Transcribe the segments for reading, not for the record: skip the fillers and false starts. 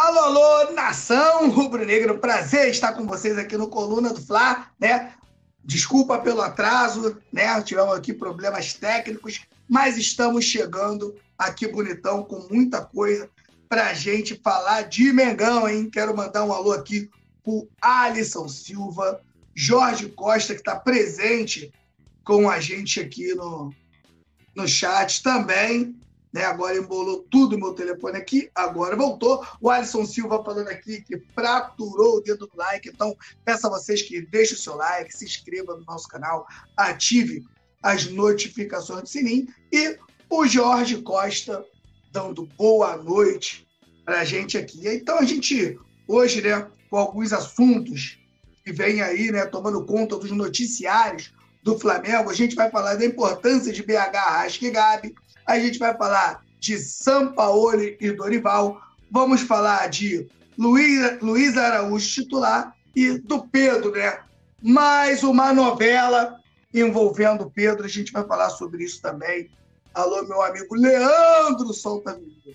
Alô, alô, nação rubro-negra, prazer estar com vocês aqui no Coluna do Fla, né? Desculpa pelo atraso, né? Tivemos aqui problemas técnicos, mas estamos chegando aqui bonitão com muita coisa pra gente falar de Mengão, hein? Quero mandar um alô aqui pro Alisson Silva, Jorge Costa, que está presente com a gente aqui no chat também, né? Agora embolou tudo o meu telefone aqui, agora voltou. O Alisson Silva falando aqui que fraturou o dedo do like, então peço a vocês que deixem o seu like, se inscreva no nosso canal, ative as notificações do sininho, e o Jorge Costa dando boa noite pra gente aqui. Então a gente, hoje, né, com alguns assuntos que vem aí, né, tomando conta dos noticiários do Flamengo, a gente vai falar da importância de BH, Arrasca e Gabi, a gente vai falar de Sampaoli e Dorival, vamos falar de Luiz Araújo titular e do Pedro, né? Mais uma novela envolvendo o Pedro, a gente vai falar sobre isso também. Alô, meu amigo Leandro, solta a vida.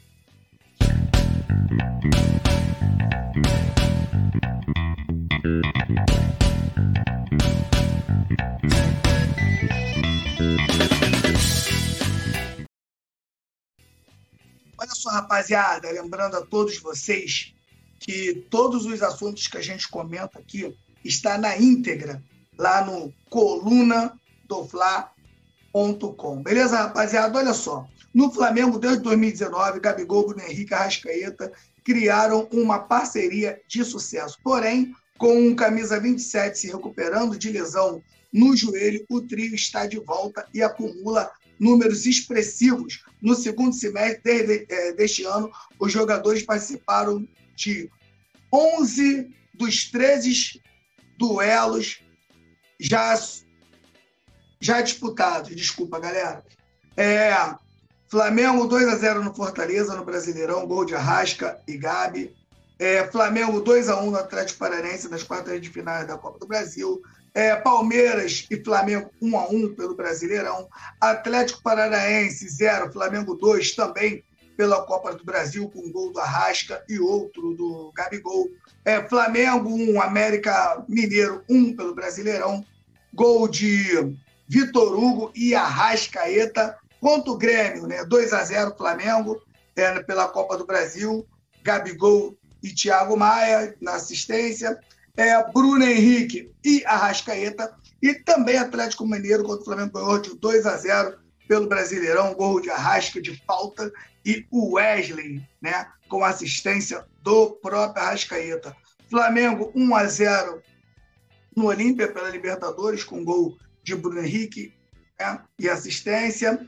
Olha só, rapaziada, lembrando a todos vocês que todos os assuntos que a gente comenta aqui está na íntegra lá no colunadofla.com. Beleza, rapaziada? Olha só, no Flamengo, desde 2019, Gabigol, Bruno Henrique e Arrascaeta criaram uma parceria de sucesso. Porém, com o camisa 27 se recuperando de lesão no joelho, o trio está de volta e acumula números expressivos. No segundo semestre deste ano, os jogadores participaram de 11 dos 13 duelos já disputados. Desculpa, galera. Flamengo 2-0 no Fortaleza, no Brasileirão, gol de Arrasca e Gabi. Flamengo 2-1 no Atlético Paranaense nas quartas de finais da Copa do Brasil. Palmeiras e Flamengo 1-1 pelo Brasileirão, Atlético Paranaense 0, Flamengo 2 também pela Copa do Brasil, com gol do Arrasca e outro do Gabigol. Flamengo 1, América Mineiro 1 pelo Brasileirão, gol de Vitor Hugo e Arrascaeta. Contra o Grêmio, né? 2-0 Flamengo pela Copa do Brasil, Gabigol e Thiago Maia na assistência. Bruno Henrique e Arrascaeta, e também Atlético Mineiro contra o Flamengo ganhou de 2-0 pelo Brasileirão, gol de Arrasca de falta, e o Wesley, né, com assistência do próprio Arrascaeta. Flamengo 1-0 no Olímpia pela Libertadores, com gol de Bruno Henrique, né, e assistência.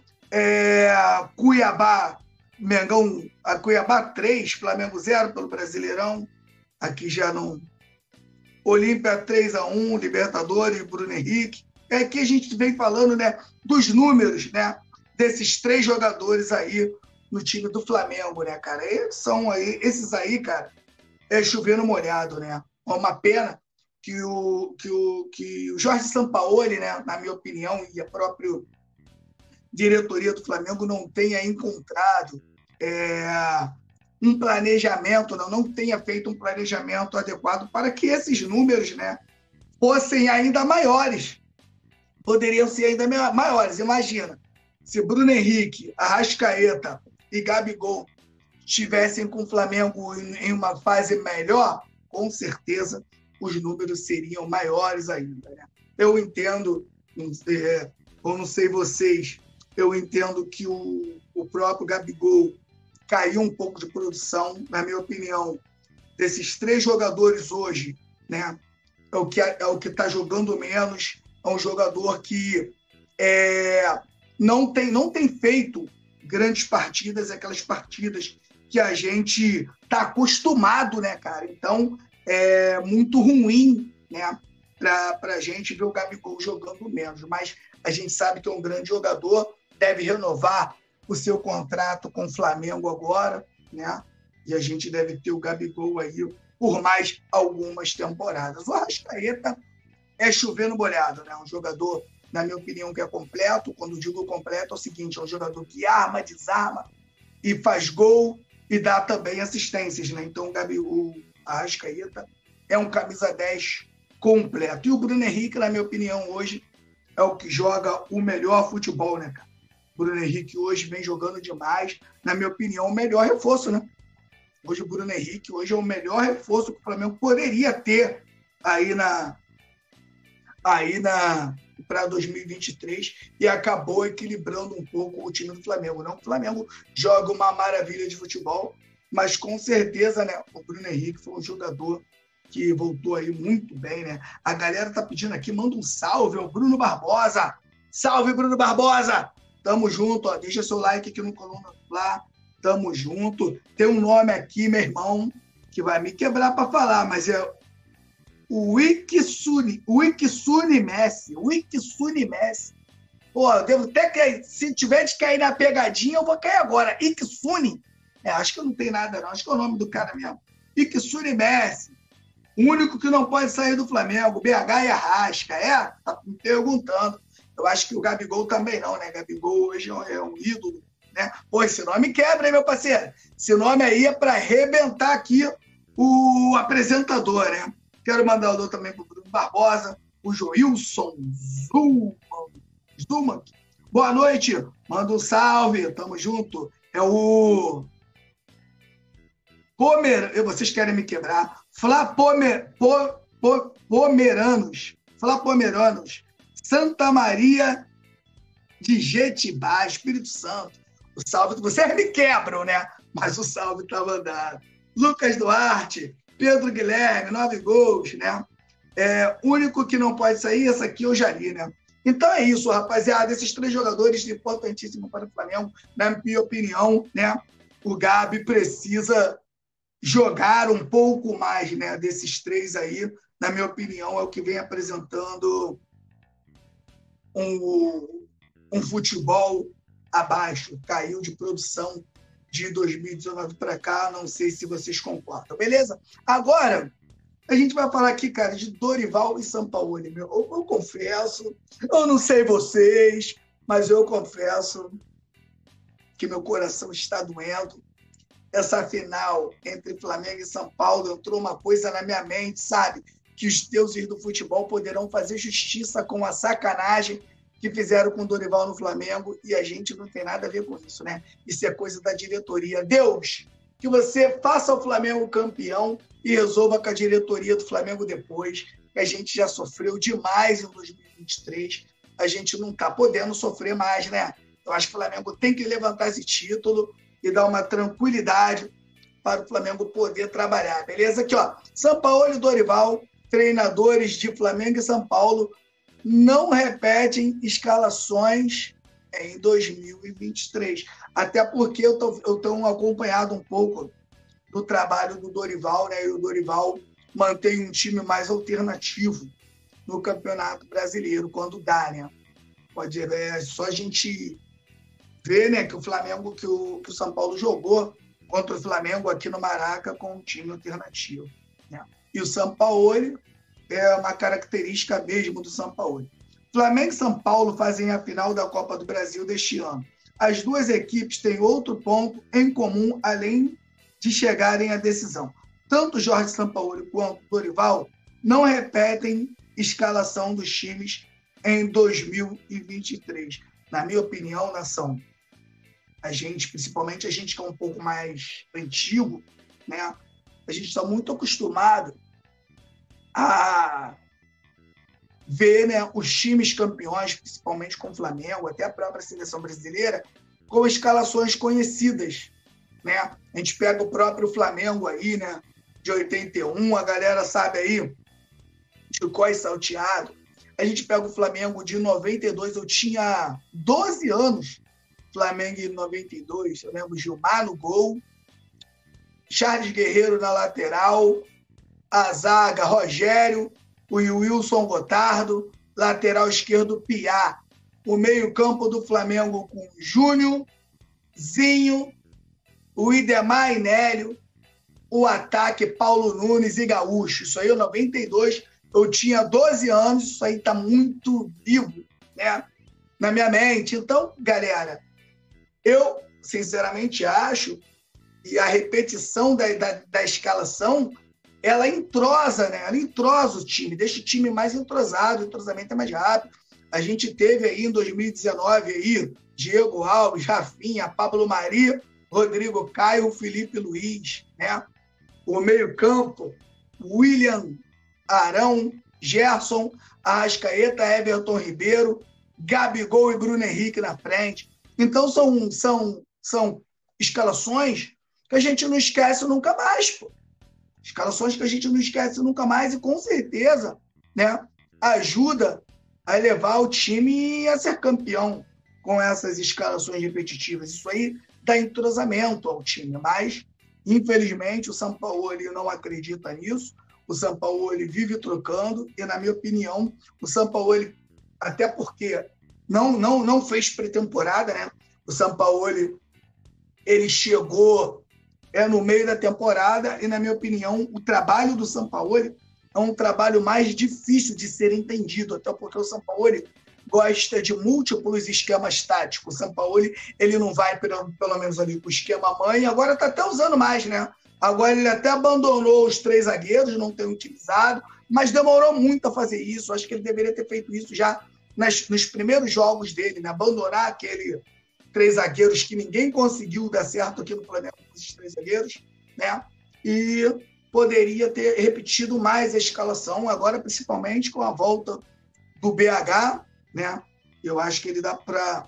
Cuiabá, Cuiabá 3, Flamengo 0 pelo Brasileirão, aqui já não. Olímpia 3-1, Libertadores, Bruno Henrique. Aqui a gente vem falando, né, dos números, né, desses 3 jogadores aí no time do Flamengo, né, cara? Esses aí, cara, chovendo molhado, né? É uma pena que o Jorge Sampaoli, né, na minha opinião, e a própria diretoria do Flamengo não tenha encontrado um planejamento, não tenha feito um planejamento adequado para que esses números, né, fossem ainda maiores. Poderiam ser ainda maiores. Imagina, se Bruno Henrique, Arrascaeta e Gabigol estivessem com o Flamengo em uma fase melhor, com certeza os números seriam maiores ainda, né? Eu entendo, ou não sei vocês, eu entendo que o próprio Gabigol caiu um pouco de produção, na minha opinião, desses 3 jogadores hoje, né? É o que está jogando menos, é um jogador que não tem feito grandes partidas, aquelas partidas que a gente está acostumado, né, cara? Então, é muito ruim, né, para a gente ver o Gabigol jogando menos, mas a gente sabe que é um grande jogador, deve renovar o seu contrato com o Flamengo agora, né? E a gente deve ter o Gabigol aí por mais algumas temporadas. O Arrascaeta é chovendo molhado, né? Um jogador, na minha opinião, que é completo. Quando digo completo, é o seguinte: é um jogador que arma, desarma e faz gol, e dá também assistências, né? Então o Arrascaeta é um camisa 10 completo. E o Bruno Henrique, na minha opinião, hoje é o que joga o melhor futebol, né, cara? O Bruno Henrique hoje vem jogando demais. Na minha opinião, o melhor reforço, né? Hoje o Bruno Henrique hoje é o melhor reforço que o Flamengo poderia ter aí para 2023 e acabou equilibrando um pouco o time do Flamengo. Não que o Flamengo joga uma maravilha de futebol, mas com certeza, né, o Bruno Henrique foi um jogador que voltou aí muito bem, né? A galera tá pedindo aqui, manda um salve ao Bruno Barbosa. Salve, Bruno Barbosa! Tamo junto, ó. Deixa seu like aqui no Coluna lá. Tamo junto. Tem um nome aqui, meu irmão, que vai me quebrar para falar, mas é o Wikisune Messi. Wikisune Messi. Pô, eu devo até cair. Se tiver de cair na pegadinha, eu vou cair agora. Wikisune. Acho que não tem nada, não. Acho que é o nome do cara mesmo. Wikisune Messi. O único que não pode sair do Flamengo, BH e Arrasca. Tá me perguntando. Eu acho que o Gabigol também não, né? Gabigol hoje é um ídolo, né? Pô, esse nome quebra, hein, meu parceiro? Esse nome aí é para arrebentar aqui o apresentador, né? Quero mandar um alô também para o Bruno Barbosa, o Joilson Zuma. Boa noite, manda um salve, tamo junto. É o vocês querem me quebrar. Pomeranos, Santa Maria de Jetibá, Espírito Santo. O salve, vocês me quebram, né? Mas o salve está mandado. Lucas Duarte, Pedro Guilherme, 9 gols, né? O único que não pode sair, essa aqui eu já li, né? Então é isso, rapaziada. Esses 3 jogadores importantíssimos para o Flamengo, na minha opinião, né? O Gabi precisa jogar um pouco mais, né? Desses 3 aí, na minha opinião, é o que vem apresentando um futebol abaixo, caiu de produção de 2019 para cá, não sei se vocês concordam, beleza? Agora, a gente vai falar aqui, cara, de Dorival e Sampaoli. Eu confesso, eu não sei vocês, mas eu confesso que meu coração está doendo. Essa final entre Flamengo e São Paulo entrou uma coisa na minha mente, sabe? Que os deuses do futebol poderão fazer justiça com a sacanagem que fizeram com o Dorival no Flamengo e a gente não tem nada a ver com isso, né? Isso é coisa da diretoria. Deus, que você faça o Flamengo campeão e resolva com a diretoria do Flamengo depois, que a gente já sofreu demais em 2023, a gente não está podendo sofrer mais, né? Eu acho que o Flamengo tem que levantar esse título e dar uma tranquilidade para o Flamengo poder trabalhar, beleza? Aqui, ó, Sampaoli e Dorival, treinadores de Flamengo e São Paulo, não repetem escalações em 2023. Até porque eu tenho acompanhado um pouco do trabalho do Dorival, né? E o Dorival mantém um time mais alternativo no Campeonato Brasileiro, quando dá, né? Só a gente ver, né, que o Flamengo, que o São Paulo jogou contra o Flamengo aqui no Maraca com um time alternativo, né? E o Sampaoli é uma característica mesmo do Sampaoli. Flamengo e São Paulo fazem a final da Copa do Brasil deste ano. As 2 equipes têm outro ponto em comum, além de chegarem à decisão. Tanto Jorge Sampaoli quanto Dorival não repetem escalação dos times em 2023. Na minha opinião, nação, principalmente a gente que é um pouco mais antigo, né? A gente está muito acostumado a ver, né, os times campeões, principalmente com o Flamengo, até a própria seleção brasileira, com escalações conhecidas, né? A gente pega o próprio Flamengo aí, né, de 81, a galera sabe aí, Chicó e Salteado. A gente pega o Flamengo de 92, eu tinha 12 anos, Flamengo em 92, eu lembro Gilmar no gol, Charles Guerreiro na lateral, a zaga, Rogério, o Wilson Gotardo, lateral esquerdo, Piá. O meio-campo do Flamengo com Júnior, Zinho, o Idemar e Nélio, o ataque, Paulo Nunes e Gaúcho. Isso aí, em 92, eu tinha 12 anos, isso aí está muito vivo, né, na minha mente. Então, galera, eu, sinceramente, acho e a repetição da escalação, ela entrosa, né? Ela entrosa o time, deixa o time mais entrosado, o entrosamento é mais rápido. A gente teve aí em 2019 aí, Diego Alves, Rafinha, Pablo Mari, Rodrigo Caio, Felipe Luiz, né? O meio-campo, William Arão, Gerson, Arrascaeta, Everton Ribeiro, Gabigol e Bruno Henrique na frente. Então são escalações que a gente não esquece nunca mais, pô. Escalações que a gente não esquece nunca mais e com certeza, né, ajuda a levar o time a ser campeão com essas escalações repetitivas. Isso aí dá entrosamento ao time, mas infelizmente o Sampaoli não acredita nisso. O Sampaoli vive trocando e, na minha opinião, o Sampaoli, até porque não fez pré-temporada, né? O Sampaoli, ele chegou no meio da temporada e, na minha opinião, o trabalho do Sampaoli é um trabalho mais difícil de ser entendido, até porque o Sampaoli gosta de múltiplos esquemas táticos. O Sampaoli, ele não vai, pelo menos ali, com o esquema mãe, agora está até usando mais, né? Agora ele até abandonou os 3 zagueiros, não tem utilizado, mas demorou muito a fazer isso. Acho que ele deveria ter feito isso já nos primeiros jogos dele, né? Abandonar aquele 3 zagueiros que ninguém conseguiu dar certo aqui no Flamengo com esses 3 zagueiros, né? E poderia ter repetido mais a escalação, agora principalmente com a volta do BH, né? Eu acho que ele dá para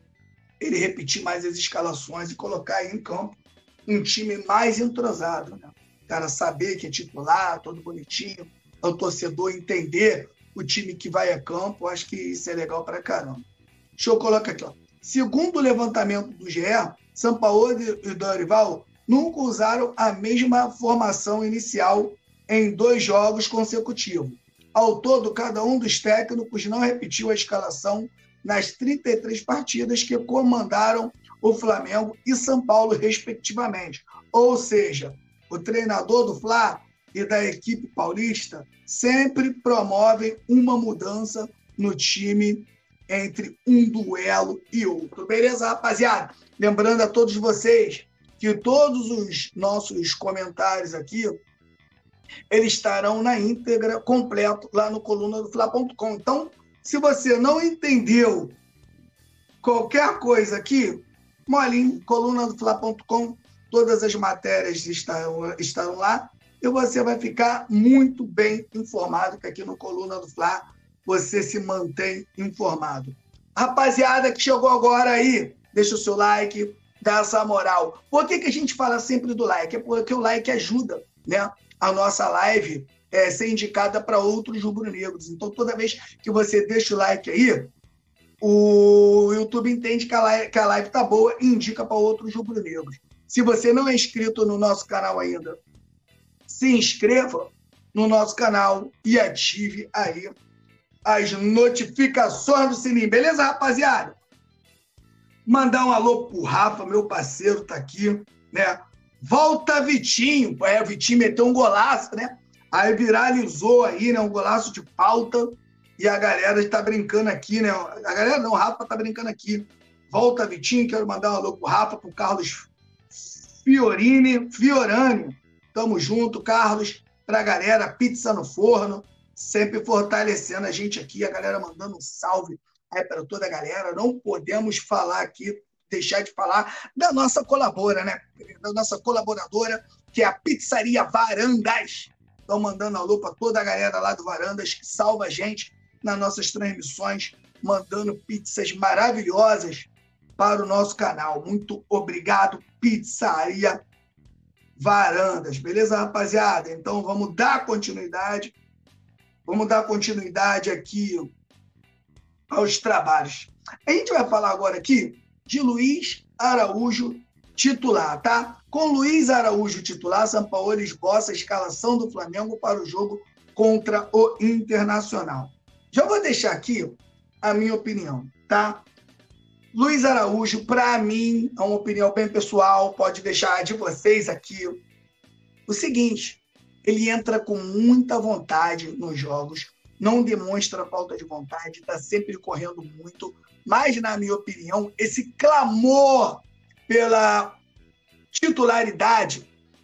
ele repetir mais as escalações e colocar aí em campo um time mais entrosado, né? O cara saber que é titular, todo bonitinho, o torcedor entender o time que vai a campo, acho que isso é legal para caramba. Deixa eu colocar aqui, ó. Segundo o levantamento do GE, Sampaoli e Dorival nunca usaram a mesma formação inicial em 2 jogos consecutivos. Ao todo, cada um dos técnicos não repetiu a escalação nas 33 partidas que comandaram o Flamengo e São Paulo, respectivamente. Ou seja, o treinador do Fla e da equipe paulista sempre promovem uma mudança no time entre um duelo e outro. Beleza, rapaziada? Lembrando a todos vocês que todos os nossos comentários aqui, eles estarão na íntegra, completo, lá no colunadofla.com. Então, se você não entendeu qualquer coisa aqui, molinho, colunadofla.com, todas as matérias estarão lá e você vai ficar muito bem informado, que aqui no Coluna do Fla você se mantém informado. Rapaziada que chegou agora aí, deixa o seu like, dá essa moral. Por que a gente fala sempre do like? É porque o like ajuda, né, a nossa live ser indicada para outros rubro-negros. Então, toda vez que você deixa o like aí, o YouTube entende que a live tá boa e indica para outros rubro-negros. Se você não é inscrito no nosso canal ainda, se inscreva no nosso canal e ative aí as notificações do sininho. Beleza, rapaziada? Mandar um alô pro Rafa, meu parceiro, tá aqui, né? Volta Vitinho. O Vitinho meteu um golaço, né? Aí viralizou aí, né? Um golaço de falta. E a galera está brincando aqui, né? A galera não, o Rafa está brincando aqui. Volta, Vitinho. Quero mandar um alô pro Rafa, pro Carlos Fiorani. Tamo junto, Carlos. Pra galera, pizza no forno. Sempre fortalecendo a gente aqui. A galera mandando um salve aí para toda a galera. Não podemos falar aqui, deixar de falar da nossa colaboradora, né? Da nossa colaboradora, que é a Pizzaria Varandas. Estão mandando alô para toda a galera lá do Varandas, que salva a gente nas nossas transmissões, mandando pizzas maravilhosas para o nosso canal. Muito obrigado, Pizzaria Varandas. Beleza, rapaziada? Então, vamos dar continuidade. Vamos dar continuidade aqui aos trabalhos. A gente vai falar agora aqui de Luiz Araújo titular, tá? Com Luiz Araújo titular, Sampaoli esboça a escalação do Flamengo para o jogo contra o Internacional. Já vou deixar aqui a minha opinião, tá? Luiz Araújo, para mim, é uma opinião bem pessoal, pode deixar de vocês aqui. O seguinte, ele entra com muita vontade nos jogos, não demonstra falta de vontade, está sempre correndo muito, mas, na minha opinião, esse clamor titularidade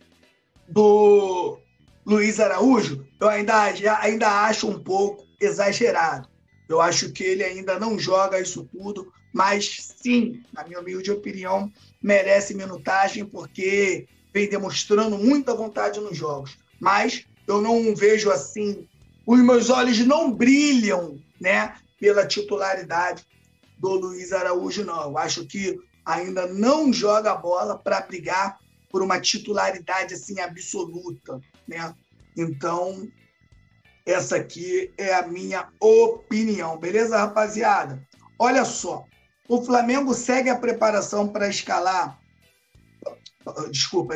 do Luiz Araújo, eu ainda acho um pouco exagerado. Eu acho que ele ainda não joga isso tudo, mas sim, na minha humilde opinião, merece minutagem porque vem demonstrando muita vontade nos jogos. Mas eu não vejo assim, os meus olhos não brilham, né, pela titularidade do Luiz Araújo, não. Eu acho que ainda não joga a bola para brigar por uma titularidade assim absoluta, né? Então, essa aqui é a minha opinião, beleza, rapaziada? Olha só, o Flamengo segue a preparação para escalar. Desculpa,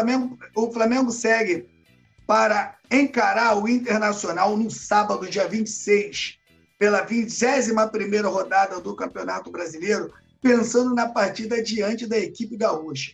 o Flamengo segue para encarar o Internacional no sábado, dia 26, pela 21ª rodada do Campeonato Brasileiro, pensando na partida diante da equipe gaúcha.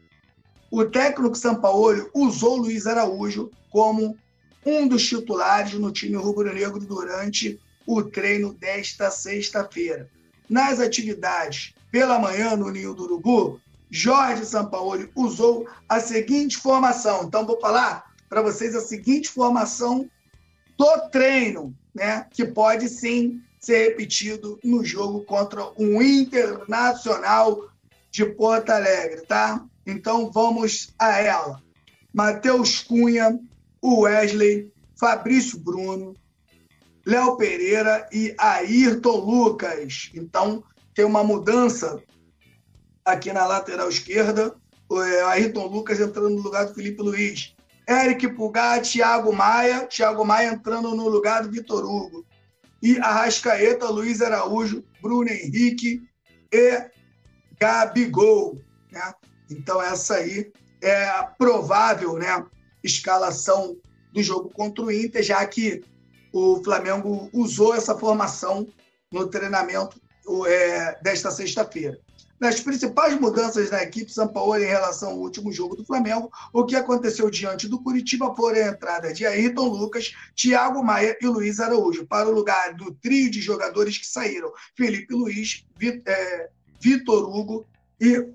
O técnico Sampaoli usou Luiz Araújo como um dos titulares no time rubro-negro durante o treino desta sexta-feira. Nas atividades pela manhã no Ninho do Urubu, Jorge Sampaoli usou a seguinte formação. Então, vou falar para vocês a seguinte formação do treino, né? Que pode sim ser repetido no jogo contra o Internacional de Porto Alegre, tá? Então, vamos a ela. Matheus Cunha, o Wesley, Fabrício Bruno, Léo Pereira e Ayrton Lucas. Então, tem uma mudança aqui na lateral esquerda. O Ayrton Lucas entrando no lugar do Felipe Luiz. Eric Pulgar, Thiago Maia entrando no lugar do Vitor Hugo. E Arrascaeta, Luiz Araújo, Bruno Henrique e Gabigol, né? Então, essa aí é a provável, né, escalação do jogo contra o Inter, já que o Flamengo usou essa formação no treinamento desta sexta-feira. Nas principais mudanças na equipe Sampaoli em relação ao último jogo do Flamengo, o que aconteceu diante do Curitiba foram a entrada de Ayrton Lucas, Thiago Maia e Luiz Araújo, para o lugar do trio de jogadores que saíram: Felipe Luiz, Vitor Hugo e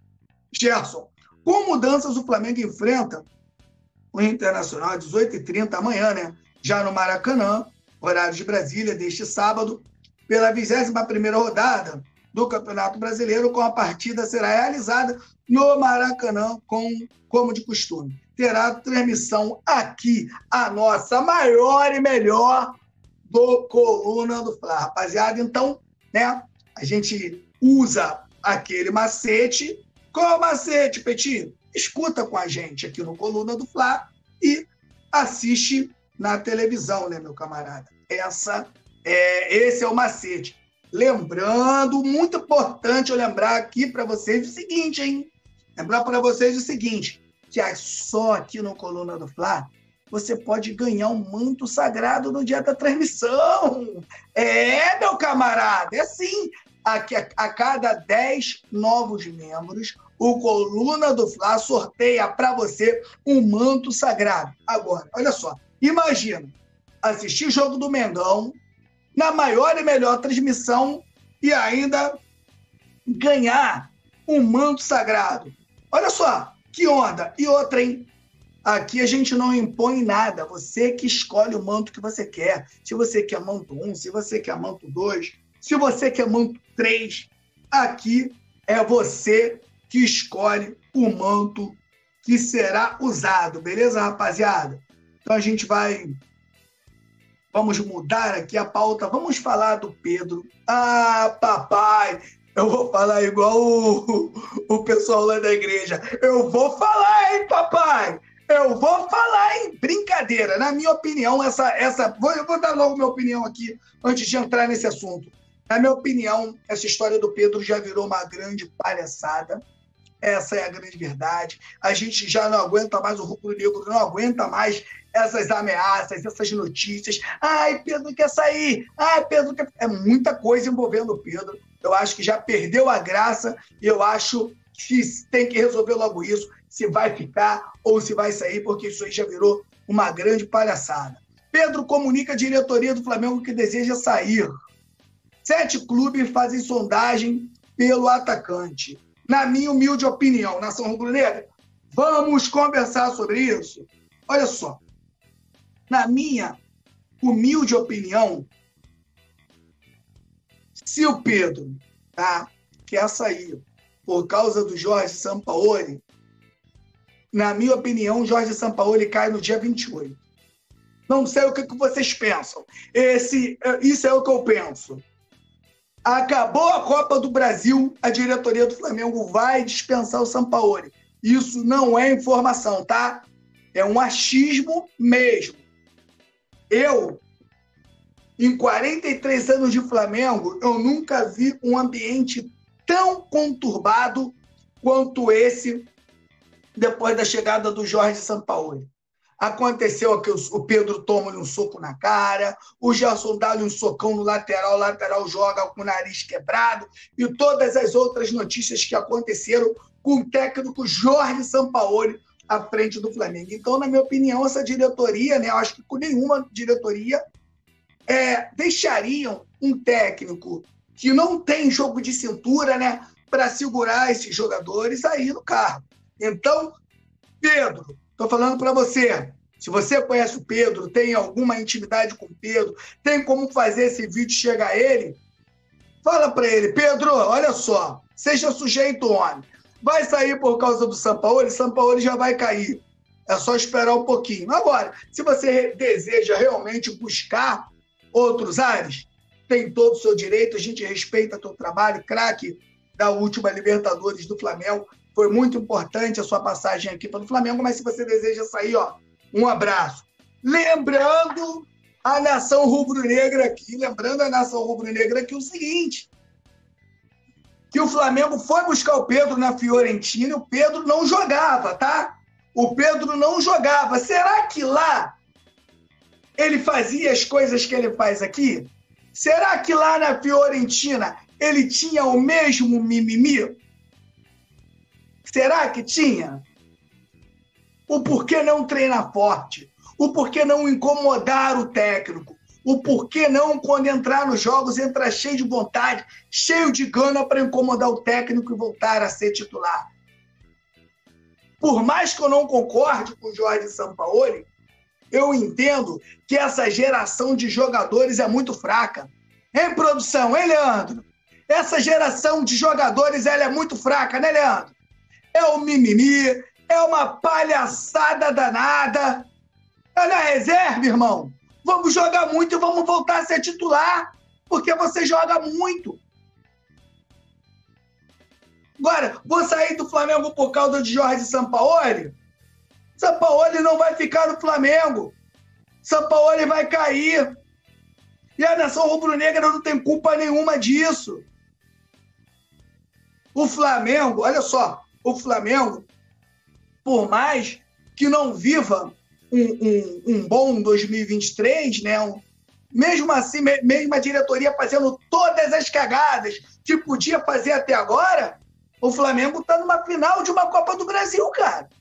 Gerson. Com mudanças, o Flamengo enfrenta o Internacional às 18h30 amanhã, né? Já no Maracanã, horário de Brasília, deste sábado, pela 21ª rodada do Campeonato Brasileiro, com a partida será realizada no Maracanã, como de costume. Terá transmissão aqui, a nossa maior e melhor do Coluna do Fla, rapaziada. Então, né, a gente usa aquele macete. Qual é o macete, Petinho? Escuta com a gente aqui no Coluna do Fla e assiste na televisão, né, meu camarada? Esse é o macete. Lembrando, muito importante eu lembrar aqui para vocês o seguinte, hein? Lembrar para vocês o seguinte, que é só aqui no Coluna do Fla você pode ganhar um manto sagrado no dia da transmissão. Meu camarada, é assim. A cada 10 novos membros, o Coluna do Fla sorteia para você um manto sagrado. Agora, olha só, imagina assistir o jogo do Mengão na maior e melhor transmissão e ainda ganhar um manto sagrado. Olha só, que onda. E outra, hein? Aqui a gente não impõe nada. Você que escolhe o manto que você quer. Se você quer manto 1, se você quer manto 2, se você quer manto 3, aqui é você que escolhe o manto que será usado. Beleza, rapaziada? Então a gente vamos mudar aqui a pauta. Vamos falar do Pedro. Ah, papai, eu vou falar igual o pessoal lá da igreja. Eu vou falar, hein, papai? Eu vou falar, hein? Brincadeira. Na minha opinião, eu vou dar logo minha opinião aqui, antes de entrar nesse assunto. Na minha opinião, essa história do Pedro já virou uma grande palhaçada. Essa é a grande verdade. A gente já não aguenta mais, o rubro-negro não aguenta mais essas ameaças, essas notícias. Ai, Pedro quer sair. Ai, Pedro quer... É muita coisa envolvendo o Pedro. Eu acho que já perdeu a graça e eu acho que tem que resolver logo isso, se vai ficar ou se vai sair, porque isso aí já virou uma grande palhaçada. Pedro comunica à diretoria do Flamengo que deseja sair. 7 clubes fazem sondagem pelo atacante. Na minha humilde opinião, nação rubro-negra, Vamos conversar sobre isso? Olha só, na minha humilde opinião, se o Pedro, tá, quer sair por causa do Jorge Sampaoli, na minha opinião, o Jorge Sampaoli cai no dia 28. Não sei o que vocês pensam. Isso é o que eu penso. Acabou a Copa do Brasil, a diretoria do Flamengo vai dispensar o Sampaoli. Isso não é informação, tá? É um achismo mesmo. Eu, em 43 anos de Flamengo, eu nunca vi um ambiente tão conturbado quanto esse depois da chegada do Jorge Sampaoli. Aconteceu que o Pedro toma um soco na cara, o Gerson dá-lhe um socão no lateral, o lateral joga com o nariz quebrado, e todas as outras notícias que aconteceram com o técnico Jorge Sampaoli à frente do Flamengo. Então, na minha opinião, essa diretoria, né, eu acho que com nenhuma diretoria, deixariam um técnico que não tem jogo de cintura, né, para segurar esses jogadores aí no carro. Então, Pedro, estou falando para você, se você conhece o Pedro, tem alguma intimidade com o Pedro, tem como fazer esse vídeo chegar a ele, fala para ele, Pedro, olha só, seja sujeito homem, vai sair por causa do Sampaoli já vai cair, é só esperar um pouquinho. Agora, se você deseja realmente buscar outros ares, tem todo o seu direito, a gente respeita o teu trabalho, craque da última Libertadores do Flamengo, foi muito importante a sua passagem aqui pelo Flamengo, mas se você deseja sair, ó, um abraço. Lembrando a nação rubro-negra aqui o seguinte, que o Flamengo foi buscar o Pedro na Fiorentina e o Pedro não jogava, tá? O Pedro não jogava. Será que lá ele fazia as coisas que ele faz aqui? Será que lá na Fiorentina ele tinha o mesmo mimimi? Será que tinha? O porquê não treinar forte? O porquê não incomodar o técnico? O porquê não, quando entrar nos jogos, entrar cheio de vontade, cheio de gana para incomodar o técnico e voltar a ser titular? Por mais que eu não concorde com o Jorge Sampaoli, eu entendo que essa geração de jogadores é muito fraca. Hein, produção? Hein, Leandro? Essa geração de jogadores ela é muito fraca, né, Leandro? É o mimimi, é uma palhaçada danada. Olha a reserva, irmão. Vamos jogar muito e vamos voltar a ser titular, porque você joga muito. Agora, vou sair do Flamengo por causa de Jorge Sampaoli? Sampaoli não vai ficar no Flamengo. Sampaoli vai cair. E a nação rubro-negra não tem culpa nenhuma disso. O Flamengo, olha só, o Flamengo, por mais que não viva um bom 2023, né? Mesmo assim, mesmo a diretoria fazendo todas as cagadas que podia fazer até agora, o Flamengo está numa final de uma Copa do Brasil, cara.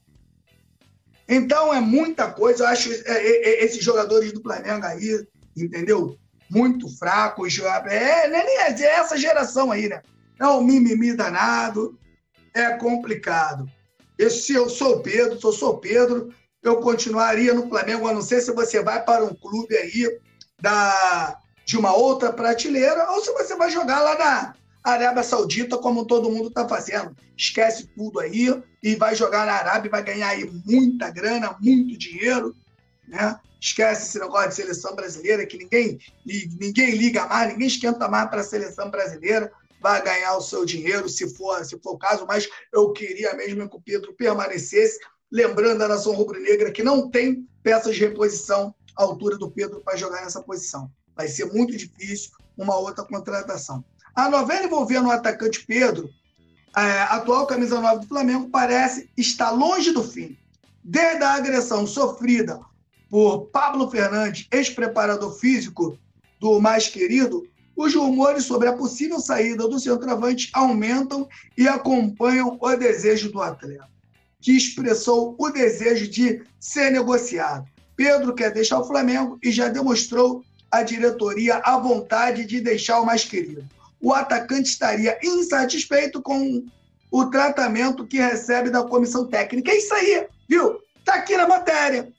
Então é muita coisa. Eu acho esses jogadores do Flamengo aí, entendeu? Muito fracos. É essa geração aí, né? É um mimimi danado. É complicado. Se eu sou o Pedro, eu continuaria no Flamengo, a não ser se você vai para um clube aí de uma outra prateleira, ou se você vai jogar lá na Arábia Saudita, como todo mundo está fazendo. Esquece tudo aí e vai jogar na Arábia, vai ganhar aí muita grana, muito dinheiro, né? Esquece esse negócio de seleção brasileira, que ninguém liga mais, ninguém esquenta mais para a seleção brasileira. Vai ganhar o seu dinheiro, se for o caso, mas eu queria mesmo que o Pedro permanecesse, lembrando a nação rubro-negra que não tem peças de reposição à altura do Pedro para jogar nessa posição. Vai ser muito difícil uma outra contratação. A novela envolvendo o atacante Pedro, a atual camisa 9 do Flamengo, parece estar longe do fim. Desde a agressão sofrida por Pablo Fernandes, ex-preparador físico do mais querido, os rumores sobre a possível saída do centroavante aumentam e acompanham o desejo do atleta, que expressou o desejo de ser negociado. Pedro quer deixar o Flamengo e já demonstrou à diretoria a vontade de deixar o mais querido. O atacante estaria insatisfeito com o tratamento que recebe da comissão técnica. É isso aí, viu? Tá aqui na matéria.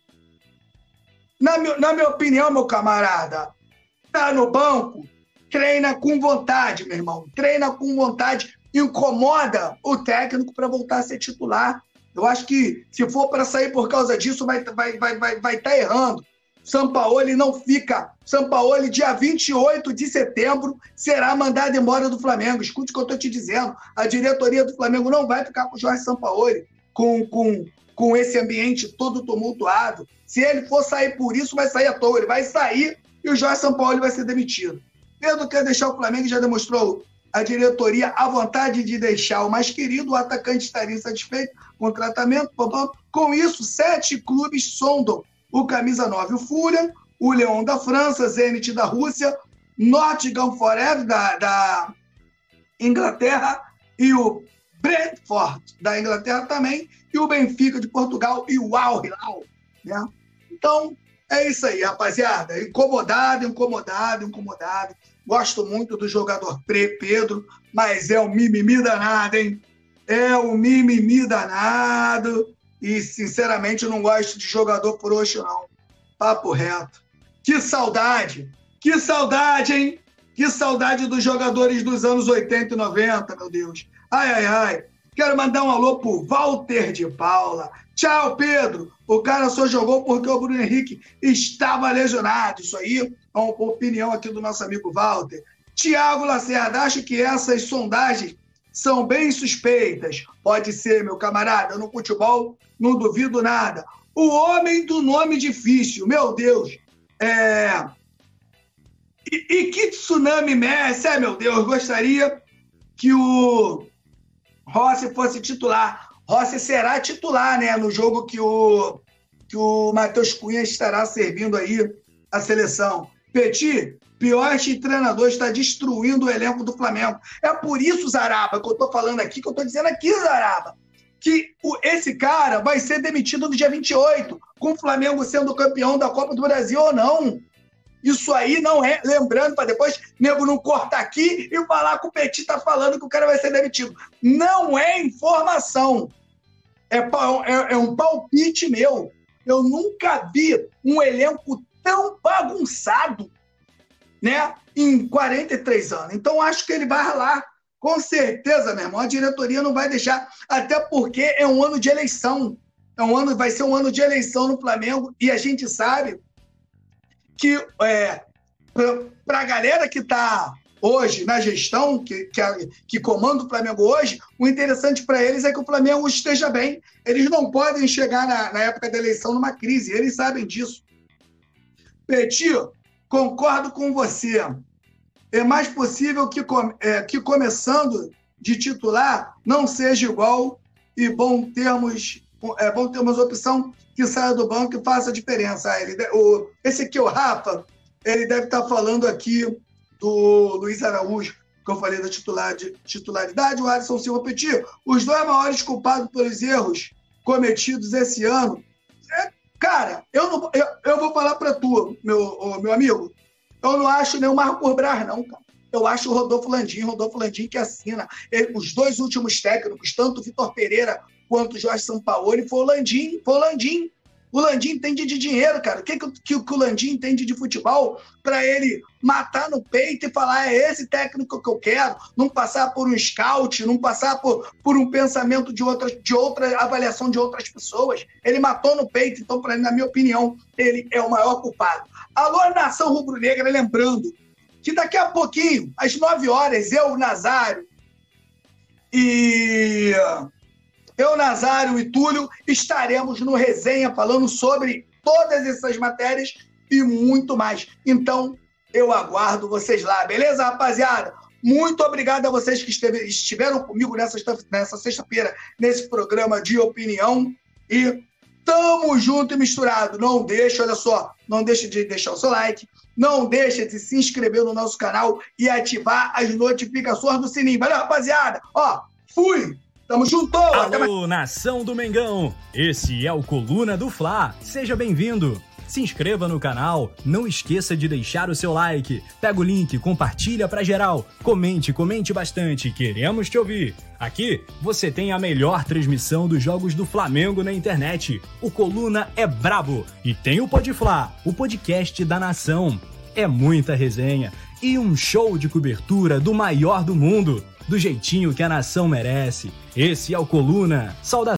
Na minha opinião, meu camarada, tá no banco, treina com vontade, meu irmão. Treina com vontade, incomoda o técnico para voltar a ser titular. Eu acho que se for para sair por causa disso, vai tá errando. Sampaoli não fica. Sampaoli, dia 28 de setembro, será mandado embora do Flamengo. Escute o que eu estou te dizendo. A diretoria do Flamengo não vai ficar com o Jorge Sampaoli, com esse ambiente todo tumultuado. Se ele for sair por isso, vai sair à toa. Ele vai sair e o Jorge Sampaoli vai ser demitido. Pedro quer deixar o Flamengo e já demonstrou a diretoria a vontade de deixar o mais querido. O atacante estaria insatisfeito com o tratamento. Com isso, 7 clubes sondam o camisa 9, o Fulham, o Lyon da França, Zenit da Rússia, Nottingham Forest da Inglaterra e o Brentford da Inglaterra também, e o Benfica de Portugal e o Al Hilal, né? Então, é isso aí, rapaziada. Incomodado. Gosto muito do jogador Pedro, mas é um mimimi danado, hein? É um mimimi danado. E, sinceramente, eu não gosto de jogador frouxo, não. Papo reto. Que saudade, hein? Que saudade dos jogadores dos anos 80 e 90, meu Deus. Ai. Quero mandar um alô pro Walter de Paula. Tchau, Pedro. O cara só jogou porque o Bruno Henrique estava lesionado. Isso aí é uma opinião aqui do nosso amigo Walter. Tiago Lacerda, acho que essas sondagens são bem suspeitas. Pode ser, meu camarada. No futebol, não duvido nada. O homem do nome difícil, meu Deus. E que tsunami Messi, meu Deus. Gostaria que o Rossi fosse titular. Rossi será titular, né? No jogo que o Matheus Cunha estará servindo aí a seleção. Petit, pior este treinador, está destruindo o elenco do Flamengo. É por isso, Zaraba, que eu estou falando aqui, que eu estou dizendo aqui, Zaraba, que esse cara vai ser demitido no dia 28, com o Flamengo sendo campeão da Copa do Brasil ou não. Isso aí não é, lembrando, para depois nego não cortar aqui e falar que o Petit está falando que o cara vai ser demitido. Não é informação. É um palpite meu. Eu nunca vi um elenco tão bagunçado, né, em 43 anos. Então, acho que ele vai ralar. Com certeza, meu irmão, a diretoria não vai deixar, até porque é um ano de eleição. Vai ser um ano de eleição no Flamengo, e a gente sabe que para a galera que está hoje na gestão, que comanda o Flamengo hoje, o interessante para eles é que o Flamengo esteja bem. Eles não podem chegar na época da eleição numa crise, eles sabem disso. Petit, concordo com você. É mais possível que começando de titular não seja igual, e bom termos opção que saia do banco e faça a diferença. Esse aqui, o Rafa, ele deve estar falando aqui do Luiz Araújo, que eu falei da titularidade, o Alisson Silva. Petit, os 2 maiores culpados pelos erros cometidos esse ano. Cara, eu vou falar para tu, meu amigo, eu não acho nem o Marco Braz, não, cara. Eu acho o Rodolfo Landim que assina. Os 2 últimos técnicos, tanto o Vitor Pereira quanto o Jorge Sampaoli, foi o Landim. O Landim entende de dinheiro, cara. O que o Landim entende de futebol para ele matar no peito e falar, é esse técnico que eu quero, não passar por um scout, não passar por um pensamento de outra avaliação de outras pessoas. Ele matou no peito, então, na minha opinião, ele é o maior culpado. Alô, nação rubro-negra, lembrando que daqui a pouquinho, às 9 horas, Nazário e Túlio estaremos no Resenha falando sobre todas essas matérias e muito mais. Então, eu aguardo vocês lá, beleza, rapaziada? Muito obrigado a vocês que estiveram comigo nessa sexta-feira, nesse programa de opinião. E tamo junto e misturado. Não deixe de deixar o seu like, não deixe de se inscrever no nosso canal e ativar as notificações do sininho. Valeu, rapaziada? Fui! Tamo junto! Alô, nação do Mengão! Esse é o Coluna do Fla. Seja bem-vindo! Se inscreva no canal, não esqueça de deixar o seu like, pega o link, compartilha pra geral, comente bastante, queremos te ouvir. Aqui você tem a melhor transmissão dos jogos do Flamengo na internet. O Coluna é brabo e tem o Podfla, o podcast da nação. É muita resenha e um show de cobertura do maior do mundo, do jeitinho que a nação merece. Esse é o Coluna. Saudações.